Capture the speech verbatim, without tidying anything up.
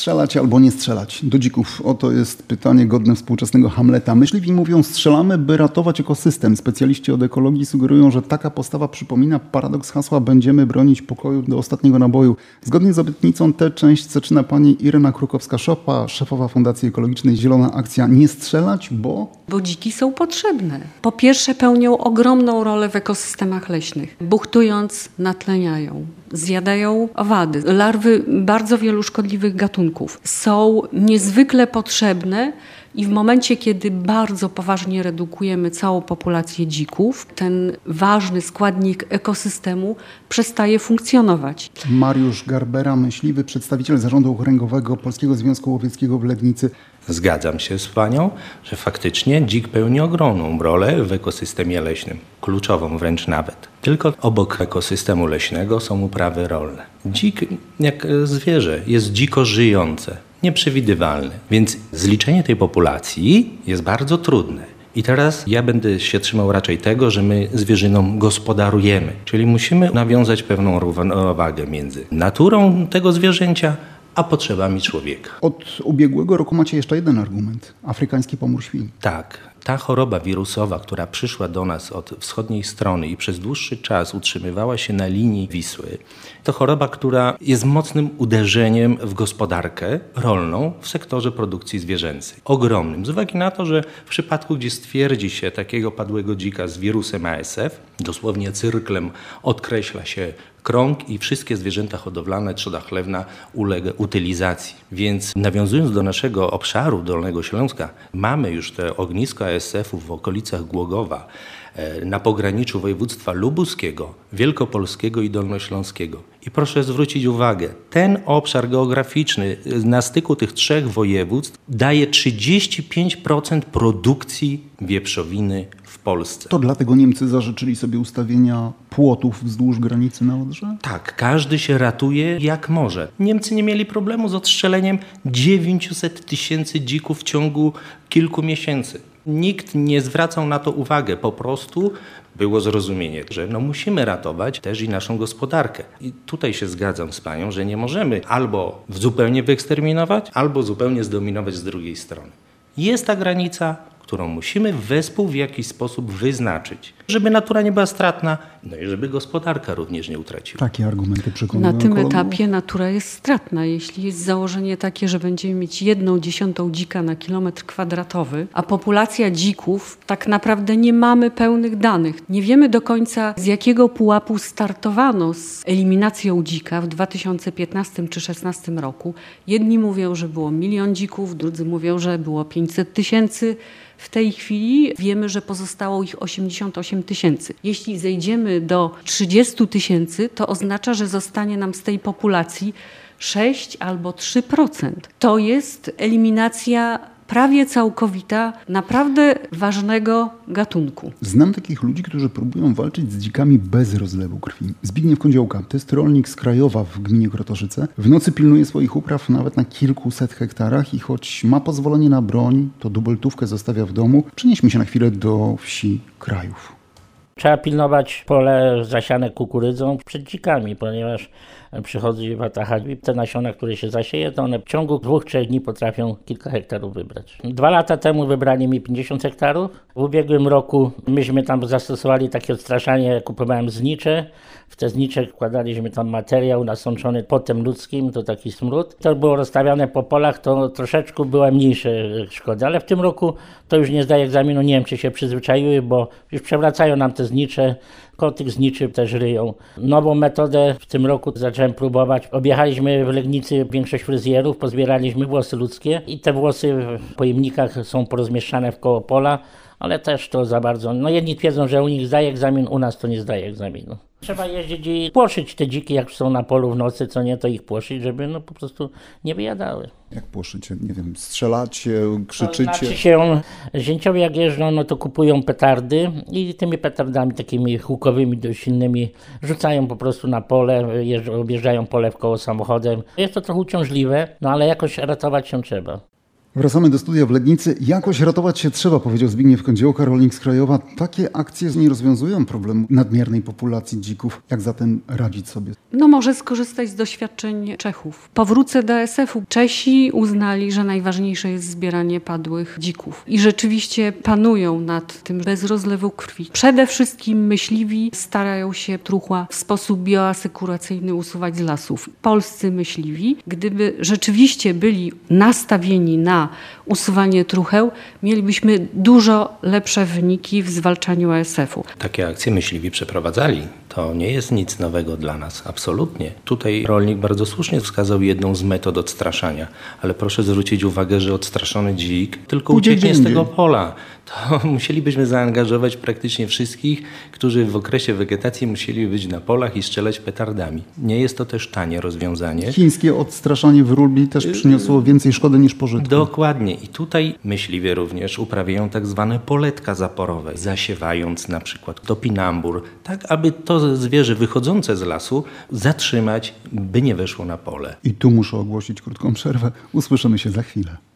Strzelać albo nie strzelać do dzików? Oto jest pytanie godne współczesnego Hamleta. Myśliwi mówią, strzelamy, by ratować ekosystem. Specjaliści od ekologii sugerują, że taka postawa przypomina paradoks hasła będziemy bronić pokoju do ostatniego naboju. Zgodnie z obietnicą tę część zaczyna pani Irena Krukowska-Szopa, szefowa Fundacji Ekologicznej Zielona Akcja. Nie strzelać, bo... Bo dziki są potrzebne. Po pierwsze pełnią ogromną rolę w ekosystemach leśnych. Buchtując natleniają, zjadają owady, larwy bardzo wielu szkodliwych gatunków. Są niezwykle potrzebne i w momencie, kiedy bardzo poważnie redukujemy całą populację dzików, ten ważny składnik ekosystemu przestaje funkcjonować. Mariusz Garbera, myśliwy, przedstawiciel Zarządu Okręgowego Polskiego Związku Łowieckiego w Legnicy. Zgadzam się z panią, że faktycznie dzik pełni ogromną rolę w ekosystemie leśnym, kluczową wręcz nawet. Tylko obok ekosystemu leśnego są uprawy rolne. Dzik, jak zwierzę, jest dziko żyjące, nieprzewidywalny, więc zliczenie tej populacji jest bardzo trudne. I teraz ja będę się trzymał raczej tego, że my zwierzyną gospodarujemy, czyli musimy nawiązać pewną równowagę między naturą tego zwierzęcia a potrzebami człowieka. Od ubiegłego roku macie jeszcze jeden argument. Afrykański pomór świń. Tak. Ta choroba wirusowa, która przyszła do nas od wschodniej strony i przez dłuższy czas utrzymywała się na linii Wisły, to choroba, która jest mocnym uderzeniem w gospodarkę rolną w sektorze produkcji zwierzęcej. Ogromnym. Z uwagi na to, że w przypadku, gdzie stwierdzi się takiego padłego dzika z wirusem A S F, dosłownie cyrklem odkreśla się krąg i wszystkie zwierzęta hodowlane, trzoda chlewna ulega utylizacji. Więc nawiązując do naszego obszaru Dolnego Śląska, mamy już te ogniska A S F-ów w okolicach Głogowa, na pograniczu województwa lubuskiego, wielkopolskiego i dolnośląskiego. I proszę zwrócić uwagę, ten obszar geograficzny na styku tych trzech województw daje trzydzieści pięć procent produkcji wieprzowiny w Polsce. To dlatego Niemcy zażyczyli sobie ustawienia płotów wzdłuż granicy na Odrze? Tak, każdy się ratuje jak może. Niemcy nie mieli problemu z odstrzeleniem dziewięćset tysięcy dzików w ciągu kilku miesięcy. Nikt nie zwracał na to uwagę, po prostu było zrozumienie, że no musimy ratować też i naszą gospodarkę. I tutaj się zgadzam z panią, że nie możemy albo zupełnie wyeksterminować, albo zupełnie zdominować z drugiej strony. Jest ta granica, którą musimy wespół w jakiś sposób wyznaczyć, żeby natura nie była stratna, no i żeby gospodarka również nie utraciła. Takie argumenty przekonują Na tym ekologów? etapie natura jest stratna. Jeśli jest założenie takie, że będziemy mieć jedną dziesiątą dzika na kilometr kwadratowy, a populacja dzików, tak naprawdę nie mamy pełnych danych. Nie wiemy do końca, z jakiego pułapu startowano z eliminacją dzika w dwa tysiące piętnastym czy dwa tysiące szesnastym roku. Jedni mówią, że było milion dzików, drudzy mówią, że było pięćset tysięcy. W tej chwili wiemy, że pozostało ich osiemdziesiąt osiem tysięcy. Jeśli zejdziemy do trzydziestu tysięcy, to oznacza, że zostanie nam z tej populacji sześć albo trzy procent. To jest eliminacja prawie całkowita naprawdę ważnego gatunku. Znam takich ludzi, którzy próbują walczyć z dzikami bez rozlewu krwi. Zbigniew Kądziołka, to jest rolnik z Krajowa w gminie Krotoszyce. W nocy pilnuje swoich upraw nawet na kilkuset hektarach i choć ma pozwolenie na broń, to dubeltówkę zostawia w domu. Przenieśmy się na chwilę do wsi Krajów. Trzeba pilnować pole zasiane kukurydzą przed dzikami, ponieważ przychodzi wataha i te nasiona, które się zasieje, to one w ciągu dwóch, trzech dni potrafią kilka hektarów wybrać. Dwa lata temu wybrali mi pięćdziesiąt hektarów. W ubiegłym roku myśmy tam zastosowali takie odstraszanie, kupowałem znicze. W te znicze wkładaliśmy tam materiał nasączony potem ludzkim, to taki smród. To było rozstawiane po polach, to troszeczkę były mniejsze szkody, ale w tym roku to już nie zdaje egzaminu. Nie wiem, czy się przyzwyczaiły, bo już przewracają nam te znicze. Koło tych zniczy też ryją. Nową metodę w tym roku zacząłem próbować. Objechaliśmy w Legnicy większość fryzjerów, pozbieraliśmy włosy ludzkie i te włosy w pojemnikach są porozmieszczane wkoło pola, ale też to za bardzo. No jedni twierdzą, że u nich zdaje egzamin, u nas to nie zdaje egzaminu. Trzeba jeździć i płoszyć te dziki, jak są na polu w nocy, co nie, to ich płoszyć, żeby no po prostu nie wyjadały. Jak płoszycie? Nie wiem, strzelacie, krzyczycie? To znaczy się, zięciowie jak jeżdżą, no to kupują petardy i tymi petardami takimi hukowymi, dość silnymi rzucają po prostu na pole, jeżdżą, objeżdżają pole wkoło samochodem. Jest to trochę uciążliwe, no ale jakoś ratować się trzeba. Wracamy do studia w Legnicy. Jakoś ratować się trzeba, powiedział Zbigniew Kądziołka, rolnik z Krajowa. Takie akcje nie rozwiązują problemu nadmiernej populacji dzików. Jak zatem radzić sobie? No może skorzystać z doświadczeń Czechów. Powrócę do es efu. Czesi uznali, że najważniejsze jest zbieranie padłych dzików. I rzeczywiście panują nad tym bez rozlewu krwi. Przede wszystkim myśliwi starają się truchła w sposób bioasekuracyjny usuwać z lasów. Polscy myśliwi, gdyby rzeczywiście byli nastawieni na usuwanie trucheł, mielibyśmy dużo lepsze wyniki w zwalczaniu a es efu. Takie akcje myśliwi przeprowadzali. To nie jest nic nowego dla nas, absolutnie. Tutaj rolnik bardzo słusznie wskazał jedną z metod odstraszania, ale proszę zwrócić uwagę, że odstraszony dzik tylko ucieknie z tego pola. To musielibyśmy zaangażować praktycznie wszystkich, którzy w okresie wegetacji musieli być na polach i strzelać petardami. Nie jest to też tanie rozwiązanie. Chińskie odstraszanie wróbli też przyniosło więcej szkody niż pożytku. Dokładnie. I tutaj myśliwie również uprawiają tak zwane poletka zaporowe, zasiewając na przykład topinambur, tak aby to zwierzę wychodzące z lasu zatrzymać, by nie weszło na pole. I tu muszę ogłosić krótką przerwę. Usłyszymy się za chwilę.